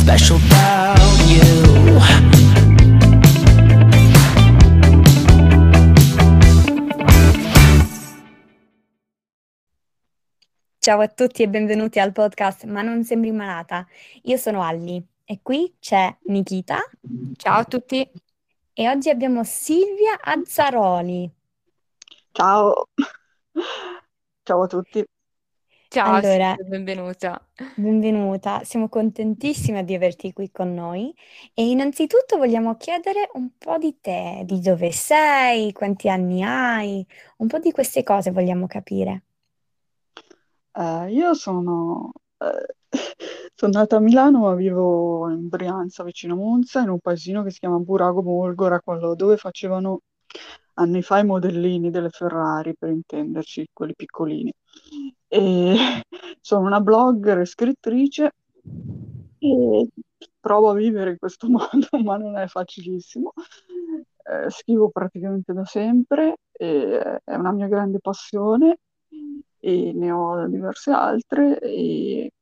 special about you. Ciao a tutti e benvenuti al podcast Ma non sembri malata. Io sono Alli e qui c'è Nikita Ciao a tutti. e oggi abbiamo Silvia Azzaroli. Ciao, ciao a tutti. Ciao Allora, Silvia, benvenuta. benvenuta, siamo contentissime di averti qui con noi e innanzitutto vogliamo chiedere un po' di te, di dove sei, quanti anni hai, un po' di queste cose vogliamo capire. Io sono nata a Milano, ma vivo in Brianza, vicino Monza, in un paesino che si chiama Burago Molgora, dove facevano anni fa i modellini delle Ferrari, per intenderci, quelli piccolini. E sono una blogger e scrittrice e provo a vivere in questo modo, ma non è facilissimo. Scrivo praticamente da sempre, è una mia grande passione e ne ho diverse altre e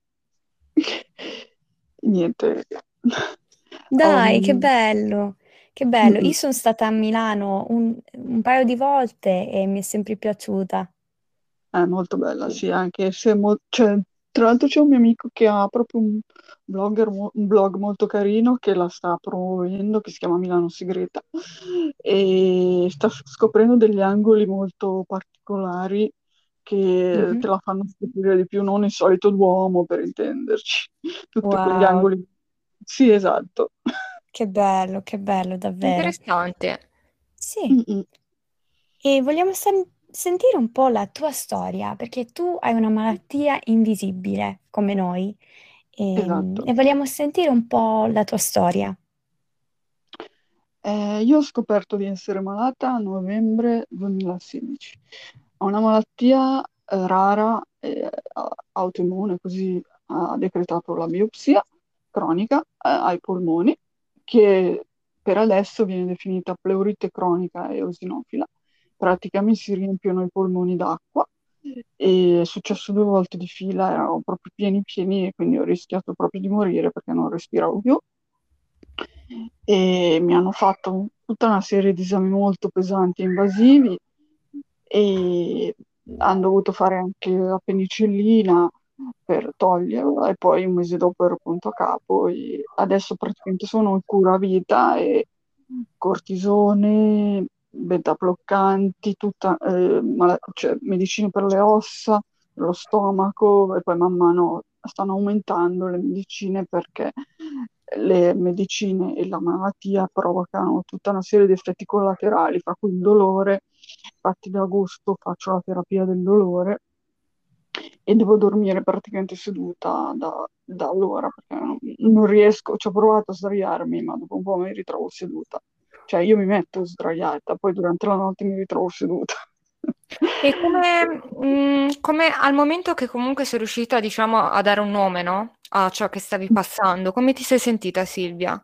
niente. Dai, che Um, bello, che bello. Io mm, sono stata a Milano un paio di volte e mi è sempre piaciuta. È molto bella, sì, anche se tra l'altro c'è un mio amico che ha proprio un blog molto carino che la sta promuovendo, che si chiama Milano Segreta, e sta scoprendo degli angoli molto particolari che Mhm. te la fanno scoprire di più, non il solito Duomo, per intenderci, tutti quegli Wow, angoli. Sì, esatto. che bello, davvero. Interessante. Sì, Mm, mm, e vogliamo sentire un po' la tua storia, perché tu hai una malattia invisibile come noi esatto. e vogliamo sentire un po' la tua storia. Io ho scoperto di essere malata a novembre 2016. Ho una malattia rara, autoimmune, così ha decretato la biopsia cronica ai polmoni, che per adesso viene definita pleurite cronica e eosinofila. In pratica mi si riempiono i polmoni d'acqua e è successo 2 volte di fila, erano proprio pieni pieni e quindi ho rischiato proprio di morire perché non respiravo più e mi hanno fatto tutta una serie di esami molto pesanti e invasivi e hanno dovuto fare anche la penicillina per toglierla e poi un mese dopo ero pronto a capo e adesso praticamente sono in cura a vita e cortisone, beta bloccanti, cioè, medicine per le ossa, per lo stomaco e poi man mano stanno aumentando le medicine perché le medicine e la malattia provocano tutta una serie di effetti collaterali, fra cui il dolore. Infatti da agosto faccio la terapia del dolore e devo dormire praticamente seduta da allora perché non riesco, ci ho provato a sdraiarmi, ma dopo un po' mi ritrovo seduta. Cioè io mi metto sdraiata, poi durante la notte mi ritrovo seduta. E come al momento che comunque sei riuscita, diciamo, a dare un nome, no? A ciò che stavi passando, come ti sei sentita, Silvia?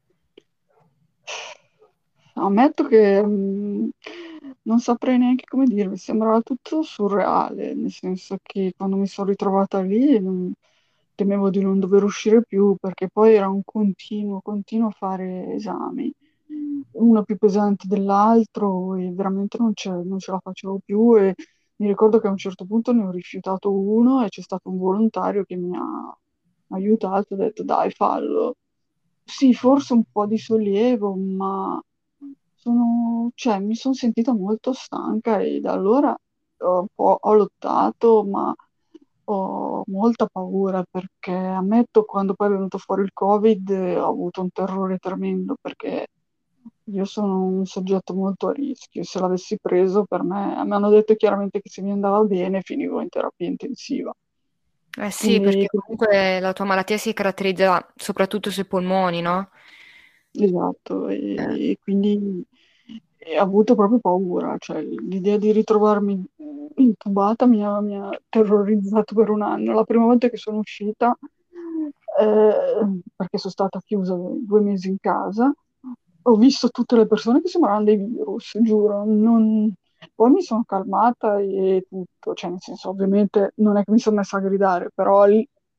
Ammetto che non saprei neanche come dirvi, sembrava tutto surreale, nel senso che quando mi sono ritrovata lì temevo di non dover uscire più perché poi era un continuo fare esami, uno più pesante dell'altro e veramente non ce la facevo più e mi ricordo che a un certo punto ne ho rifiutato uno e c'è stato un volontario che mi ha aiutato, ha detto dai fallo. Sì, forse un po' di sollievo, ma cioè, mi sono sentita molto stanca e da allora ho lottato, ma ho molta paura perché ammetto quando poi è venuto fuori il Covid ho avuto un terrore tremendo perché io sono un soggetto molto a rischio. Se l'avessi preso per me, mi hanno detto chiaramente che se mi andava bene finivo in terapia intensiva. Eh sì, Quindi, perché comunque la tua malattia si caratterizza soprattutto sui polmoni, no? esatto, Eh, e quindi ho avuto proprio paura, cioè l'idea di ritrovarmi intubata mi ha terrorizzato per un anno. La prima volta che sono uscita, perché sono stata chiusa 2 mesi in casa, ho visto tutte le persone che sembravano dei virus, giuro. Poi mi sono calmata e tutto, cioè nel senso ovviamente non è che mi sono messa a gridare, però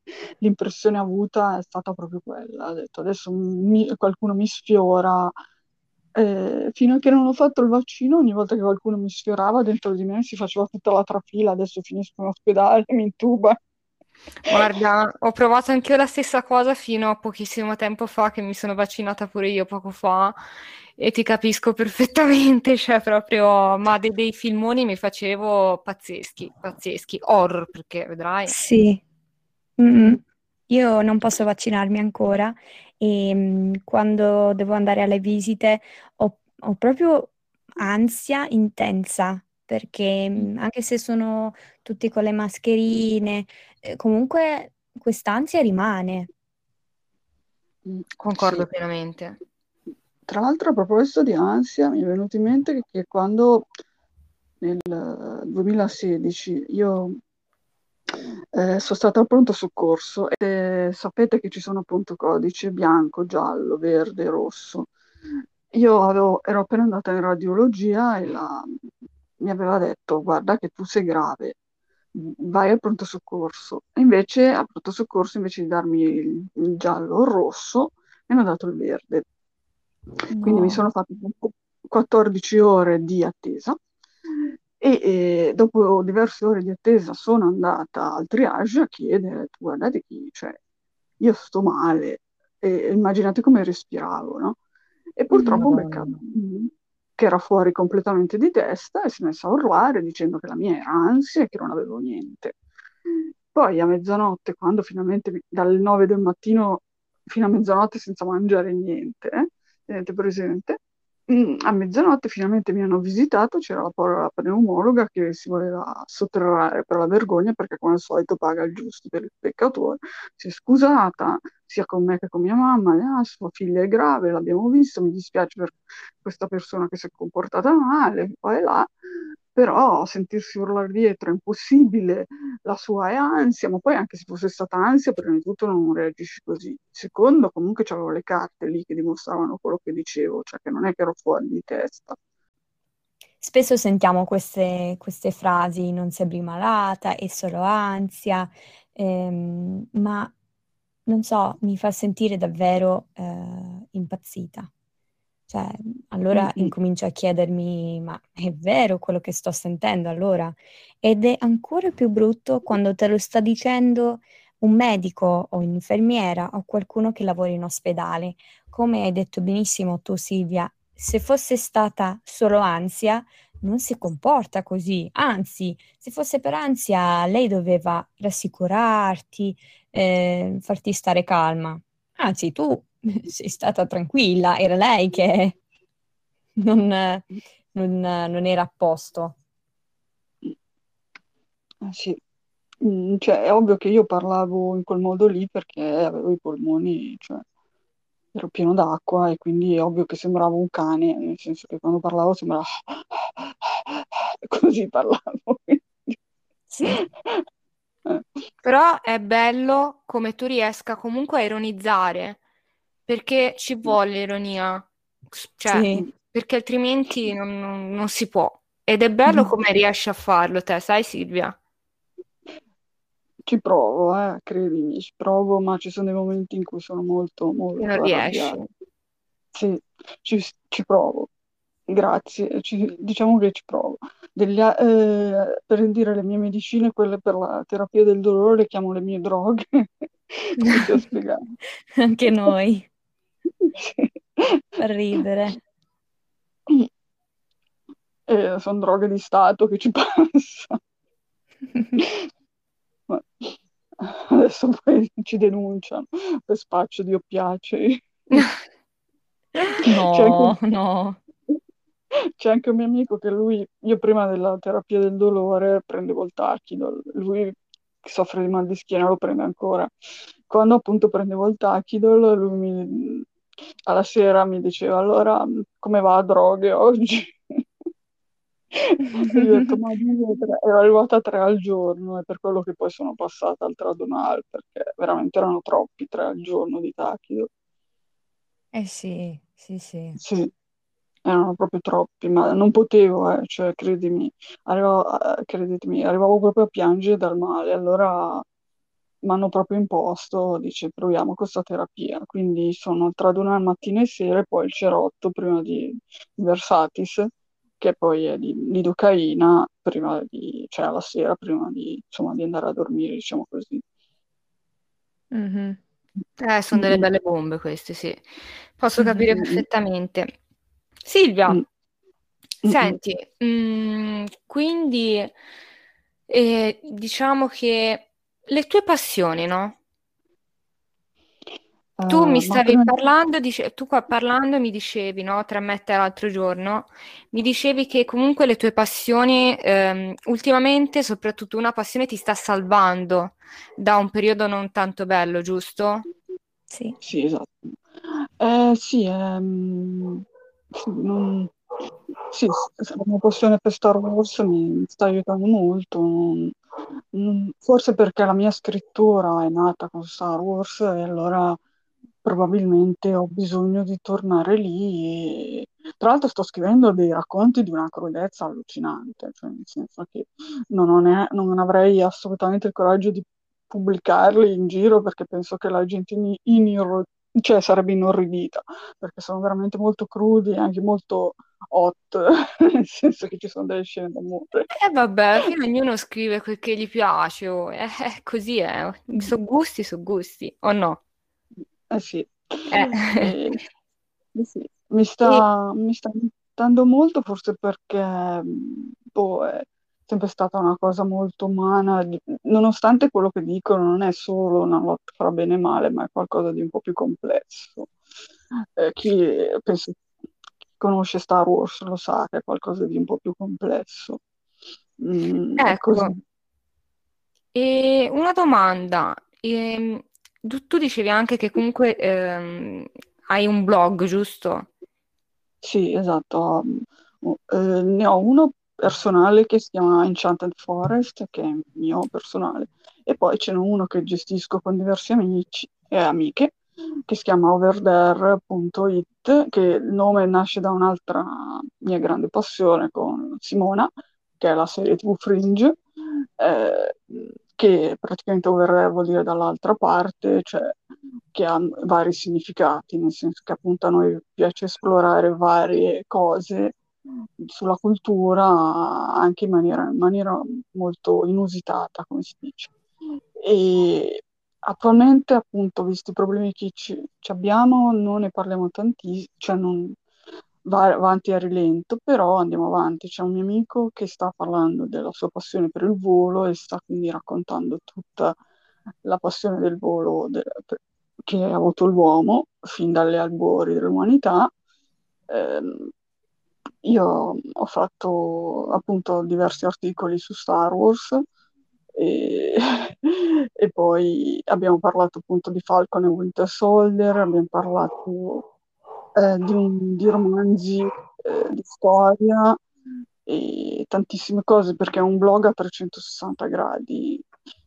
l'impressione avuta è stata proprio quella. Ho detto adesso qualcuno mi sfiora. Fino a che non ho fatto il vaccino, ogni volta che qualcuno mi sfiorava dentro di me si faceva tutta la trafila, adesso finisco in ospedale, mi intuba. Guarda, ho provato anche io la stessa cosa fino a pochissimo tempo fa, che mi sono vaccinata pure io poco fa, e ti capisco perfettamente, cioè proprio, ma dei filmoni mi facevo pazzeschi, pazzeschi, horror, perché vedrai. Sì. Mm. Io non posso vaccinarmi ancora e quando devo andare alle visite ho proprio ansia intensa perché anche se sono tutti con le mascherine, comunque quest'ansia rimane. Concordo Sì. pienamente. Tra l'altro, a proposito di ansia, mi è venuto in mente che quando nel 2016 io sono stata al pronto soccorso e sapete che ci sono appunto codici bianco, giallo, verde, rosso. Ero appena andata in radiologia e mi aveva detto: guarda che tu sei grave, vai al pronto soccorso. E invece al pronto soccorso, invece di darmi il giallo o il rosso, mi hanno dato il verde. Quindi mi No. sono fatta 14 ore di attesa e dopo diverse ore di attesa sono andata al triage a chiedere: guardate che cioè, io sto male, e immaginate come respiravo, no? E purtroppo ho beccato Madonna. che era fuori completamente di testa e si è messa a urlare dicendo che la mia era ansia e che non avevo niente. Poi a mezzanotte, quando finalmente dalle 9 del mattino fino a mezzanotte senza mangiare niente, tenete presente, a mezzanotte finalmente mi hanno visitato, c'era la povera pneumologa che si voleva sotterrare per la vergogna perché come al solito paga il giusto per il peccatore. Si è scusata sia con me che con mia mamma, sua figlia è grave, l'abbiamo visto, mi dispiace per questa persona che si è comportata male, qua e là, però sentirsi urlare dietro è impossibile, la sua è ansia, ma poi anche se fosse stata ansia, prima di tutto non reagisci così. Secondo, comunque c'avevo le carte lì che dimostravano quello che dicevo, cioè che non è che ero fuori di testa. Spesso sentiamo queste frasi, non sembri malata, è solo ansia, ma non so, mi fa sentire davvero impazzita. Cioè, allora Mm-mm. incomincio a chiedermi, ma è vero quello che sto sentendo allora? Ed è ancora più brutto quando te lo sta dicendo un medico o un'infermiera o qualcuno che lavora in ospedale. Come hai detto benissimo tu, Silvia, se fosse stata solo ansia, non si comporta così. Anzi, se fosse per ansia, lei doveva rassicurarti, farti stare calma. Anzi, tu sei stata tranquilla, era lei che non era a posto. Sì. Cioè, è ovvio che io parlavo in quel modo lì perché avevo i polmoni, cioè, ero pieno d'acqua e quindi è ovvio che sembravo un cane, nel senso che quando parlavo sembrava così parlavo. Sì, Eh, Però è bello come tu riesca comunque a ironizzare, perché ci vuole ironia, cioè, sì. perché altrimenti non si può. Ed è bello come riesci a farlo te, sai Silvia? Ci provo, credimi, ci provo, ma ci sono dei momenti in cui sono molto, Che non molto riesci. arrabbiata. Sì, ci provo. Grazie, diciamo che ci provo. Per dire le mie medicine, quelle per la terapia del dolore, le chiamo le mie droghe, come ti ho spiegato. Anche noi, Sì. fa ridere. Sono droghe di Stato che ci passano. Ma adesso poi ci denunciano per spaccio di oppiacei. C'è anche, No, no. c'è anche un mio amico che io prima della terapia del dolore prendevo il Tachidol, lui che soffre di mal di schiena lo prende ancora. Quando appunto prendevo il Tachidol, alla sera mi diceva: allora come va a droghe oggi? E io ho detto: ma ero arrivata a 3 al giorno, è per quello che poi sono passata al Tradonal, perché veramente erano troppi 3 al giorno di Tachidol. Eh sì, sì, sì. Sì, erano proprio troppi, ma non potevo, cioè, credetemi, arrivavo proprio a piangere dal male. Allora mi hanno proprio imposto, dice proviamo questa terapia, quindi sono tra Traduna al mattino e sera e poi il cerotto prima di Versatis, che poi è di lidocaina, cioè alla sera prima di, insomma, di andare a dormire, diciamo così. Mhm. Sono Mm, delle mm, belle bombe queste, sì. Posso capire mm, perfettamente. Silvia, mm, mm, mm. senti, quindi diciamo che le tue passioni, no? Tu mi Ma stavi prima parlando, tu qua parlando mi dicevi, no, tra me e te l'altro giorno, mi dicevi che comunque le tue passioni, ultimamente, soprattutto una passione ti sta salvando da un periodo non tanto bello, giusto? Sì. Sì, esatto. Sì, sì, sì, la mia passione per Star Wars mi sta aiutando molto. Forse perché la mia scrittura è nata con Star Wars e allora probabilmente ho bisogno di tornare lì. Tra l'altro sto scrivendo dei racconti di una crudezza allucinante, cioè nel senso che non avrei assolutamente il coraggio di pubblicarli in giro perché penso che la gente cioè, sarebbe inorridita, perché sono veramente molto crudi e anche molto hot, nel senso che ci sono delle scene d'amore. E vabbè, alla fine ognuno scrive quel che gli piace, oh. Così è. Sono gusti, o no? Eh sì. Eh. E- sì, E, mi sta aiutando molto, forse perché boh, è sempre stata una cosa molto umana, nonostante quello che dicono non è solo una lotta fra bene e male, ma è qualcosa di un po' più complesso. Chi conosce Star Wars lo sa che è qualcosa di un po' più complesso. È così. ecco, e una domanda. Tu dicevi anche che comunque hai un blog, giusto? Sì, esatto. Ne ho uno personale che si chiama Enchanted Forest, che è mio personale, e poi ce n'è uno che gestisco con diversi amici e amiche, che si chiama overthere.it, che il nome nasce da un'altra mia grande passione con Simona, che è la serie TV Fringe, eh, che praticamente over vuol dire dall'altra parte, cioè che ha vari significati, nel senso che appunto a noi piace esplorare varie cose sulla cultura anche in maniera molto inusitata, come si dice. E attualmente, appunto, visti i problemi che ci abbiamo, non ne parliamo tantissimo, cioè non va avanti a rilento, però andiamo avanti. C'è un mio amico che sta parlando della sua passione per il volo e sta quindi raccontando tutta la passione del volo che ha avuto l'uomo fin dalle albori dell'umanità. Ehm, io ho fatto appunto diversi articoli su Star Wars e, e poi abbiamo parlato appunto di Falcon e Winter Soldier, abbiamo parlato di romanzi, di storia e tantissime cose perché è un blog a 360 gradi.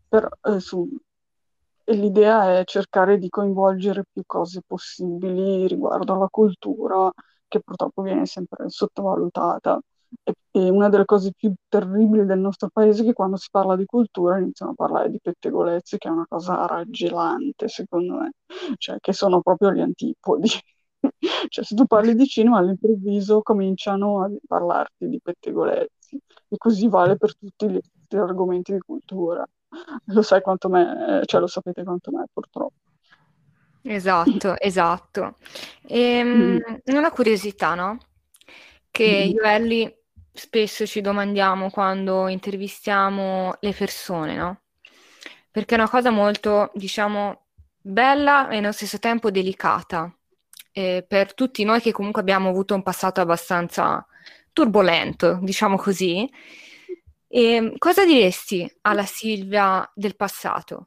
E l'idea è cercare di coinvolgere più cose possibili riguardo alla cultura, che purtroppo viene sempre sottovalutata. E una delle cose più terribili del nostro paese è che quando si parla di cultura iniziano a parlare di pettegolezzi, che è una cosa raggelante, secondo me, cioè che sono proprio gli antipodi. Cioè, se tu parli di cinema, all'improvviso cominciano a parlarti di pettegolezzi, e così vale per tutti gli altri argomenti di cultura. Lo sai quanto me, cioè lo sapete quanto me, purtroppo. Esatto, esatto. Mm, Una curiosità, no? Che mm, io e Ellie spesso ci domandiamo quando intervistiamo le persone, no? Perché è una cosa molto, diciamo, bella e allo stesso tempo delicata, per tutti noi che comunque abbiamo avuto un passato abbastanza turbolento, diciamo così. Cosa diresti alla Silvia del passato?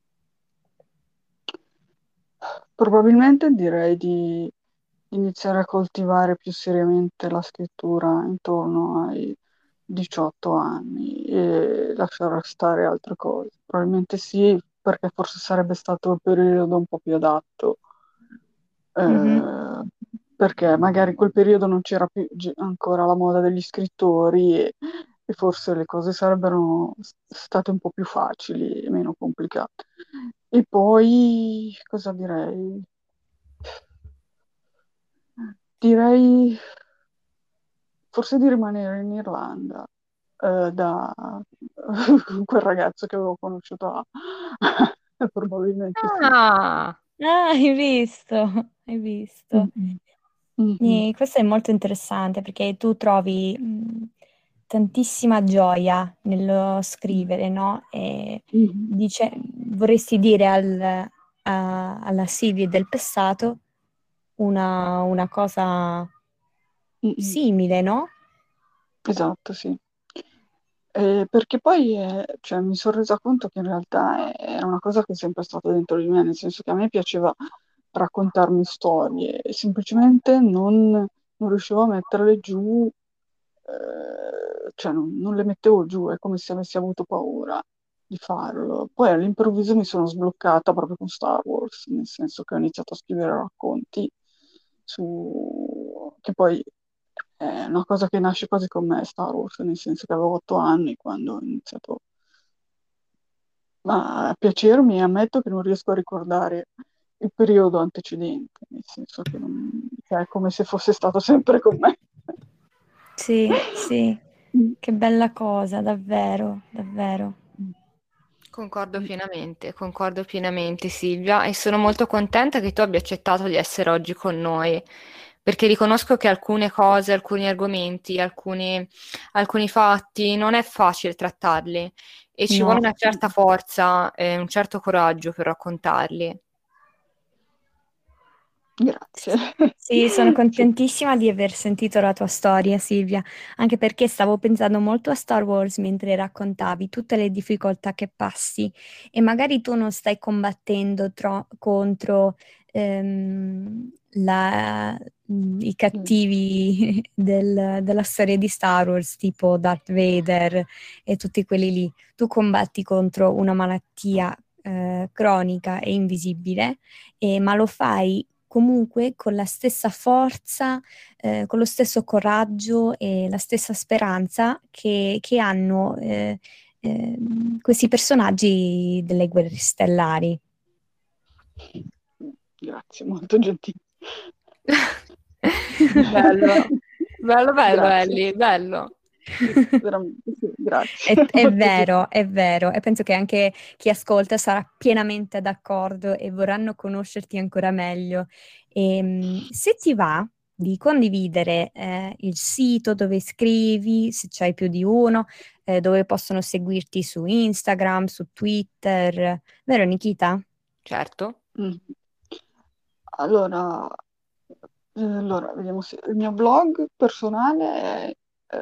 Probabilmente direi di iniziare a coltivare più seriamente la scrittura intorno ai 18 anni e lasciare stare altre cose. Probabilmente sì, perché forse sarebbe stato il periodo un po' più adatto, Mhm. eh, perché magari in quel periodo non c'era più ancora la moda degli scrittori e forse le cose sarebbero state un po' più facili e meno complicate. E poi cosa direi? Direi forse di rimanere in Irlanda da quel ragazzo che avevo conosciuto probabilmente sì. Ah, Ah, hai visto, hai visto. Mhm. Mhm. E questo è molto interessante perché tu trovi tantissima gioia nello scrivere, no? E Mhm. vorresti dire alla Silvia del passato una cosa Mhm. simile, no? Esatto, sì. Perché poi cioè, mi sono resa conto che in realtà era una cosa che è sempre stata dentro di me, nel senso che a me piaceva raccontarmi storie e semplicemente non riuscivo a metterle giù, cioè non le mettevo giù, è come se avessi avuto paura di farlo. Poi all'improvviso mi sono sbloccata proprio con Star Wars, nel senso che ho iniziato a scrivere racconti che poi è una cosa che nasce quasi con me, Star Wars, nel senso che avevo 8 anni quando ho iniziato a piacermi e ammetto che non riesco a ricordare il periodo antecedente, nel senso che cioè, è come se fosse stato sempre con me. Sì, sì, che bella cosa, davvero, davvero. concordo pienamente Silvia e sono molto contenta che tu abbia accettato di essere oggi con noi, perché riconosco che alcune cose, alcuni argomenti, alcuni fatti non è facile trattarli e ci vuole No. una certa forza e un certo coraggio per raccontarli. Grazie. Sì, sono Sì. contentissima di aver sentito la tua storia, Silvia, anche perché stavo pensando molto a Star Wars mentre raccontavi tutte le difficoltà che passi e magari tu non stai combattendo contro i cattivi della storia di Star Wars, tipo Darth Vader e tutti quelli lì. Tu combatti contro una malattia cronica e invisibile ma lo fai comunque con la stessa forza, con lo stesso coraggio e la stessa speranza che hanno questi personaggi delle guerre stellari. Grazie, molto gentile. Bello, bello, bello, Grazie. Ellie, bello. Sì, veramente, sì, grazie. È Molto gentile. vero, è vero, e penso che anche chi ascolta sarà pienamente d'accordo e vorranno conoscerti ancora meglio. Se ti va di condividere il sito dove scrivi, se c'hai più di uno, dove possono seguirti su Instagram, su Twitter, vero Nikita? Certo. Mm. Allora, vediamo se il mio blog personale è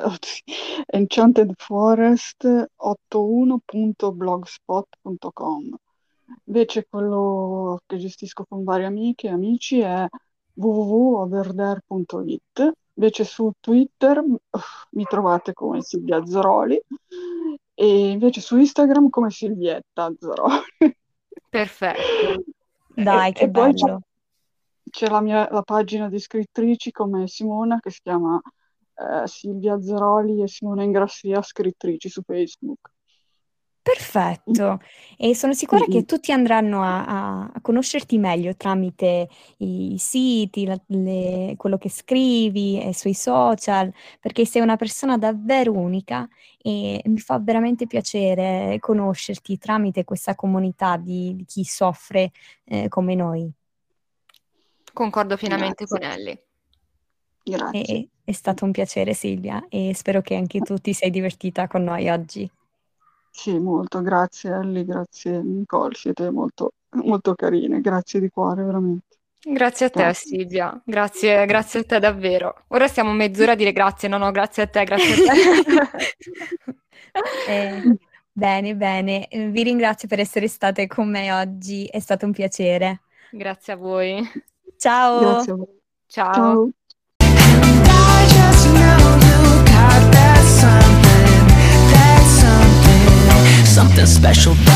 enchantedforest81.blogspot.com. Invece quello che gestisco con varie amiche e amici è www.overdare.it. Invece su Twitter mi trovate come Silvia Azzaroli e invece su Instagram come Silvietta Azzaroli. Perfetto. Dai, che E poi bello. c'è la pagina di scrittrici come Simona che si chiama Silvia Azzaroli e Simona Ingrassia scrittrici su Facebook. Perfetto, e sono sicura che Mm-mm. tutti andranno a conoscerti meglio tramite i siti, quello che scrivi e sui social, perché sei una persona davvero unica e mi fa veramente piacere conoscerti tramite questa comunità di chi soffre come noi. Concordo pienamente Grazie, con Ellie. grazie. È stato un piacere, Silvia, e spero che anche tu ti sei divertita con noi oggi. Sì, molto, grazie Ellie, grazie Nicole, siete molto, molto carine, grazie di cuore, veramente. Grazie a te, Grazie. Silvia. Grazie a te davvero. Ora stiamo mezz'ora a dire grazie. No, no, grazie a te, grazie a te. Bene, bene, vi ringrazio per essere state con me oggi, è stato un piacere. Grazie a voi. Ciao! Grazie a voi. Ciao. Ciao. I just know you got that something, something special.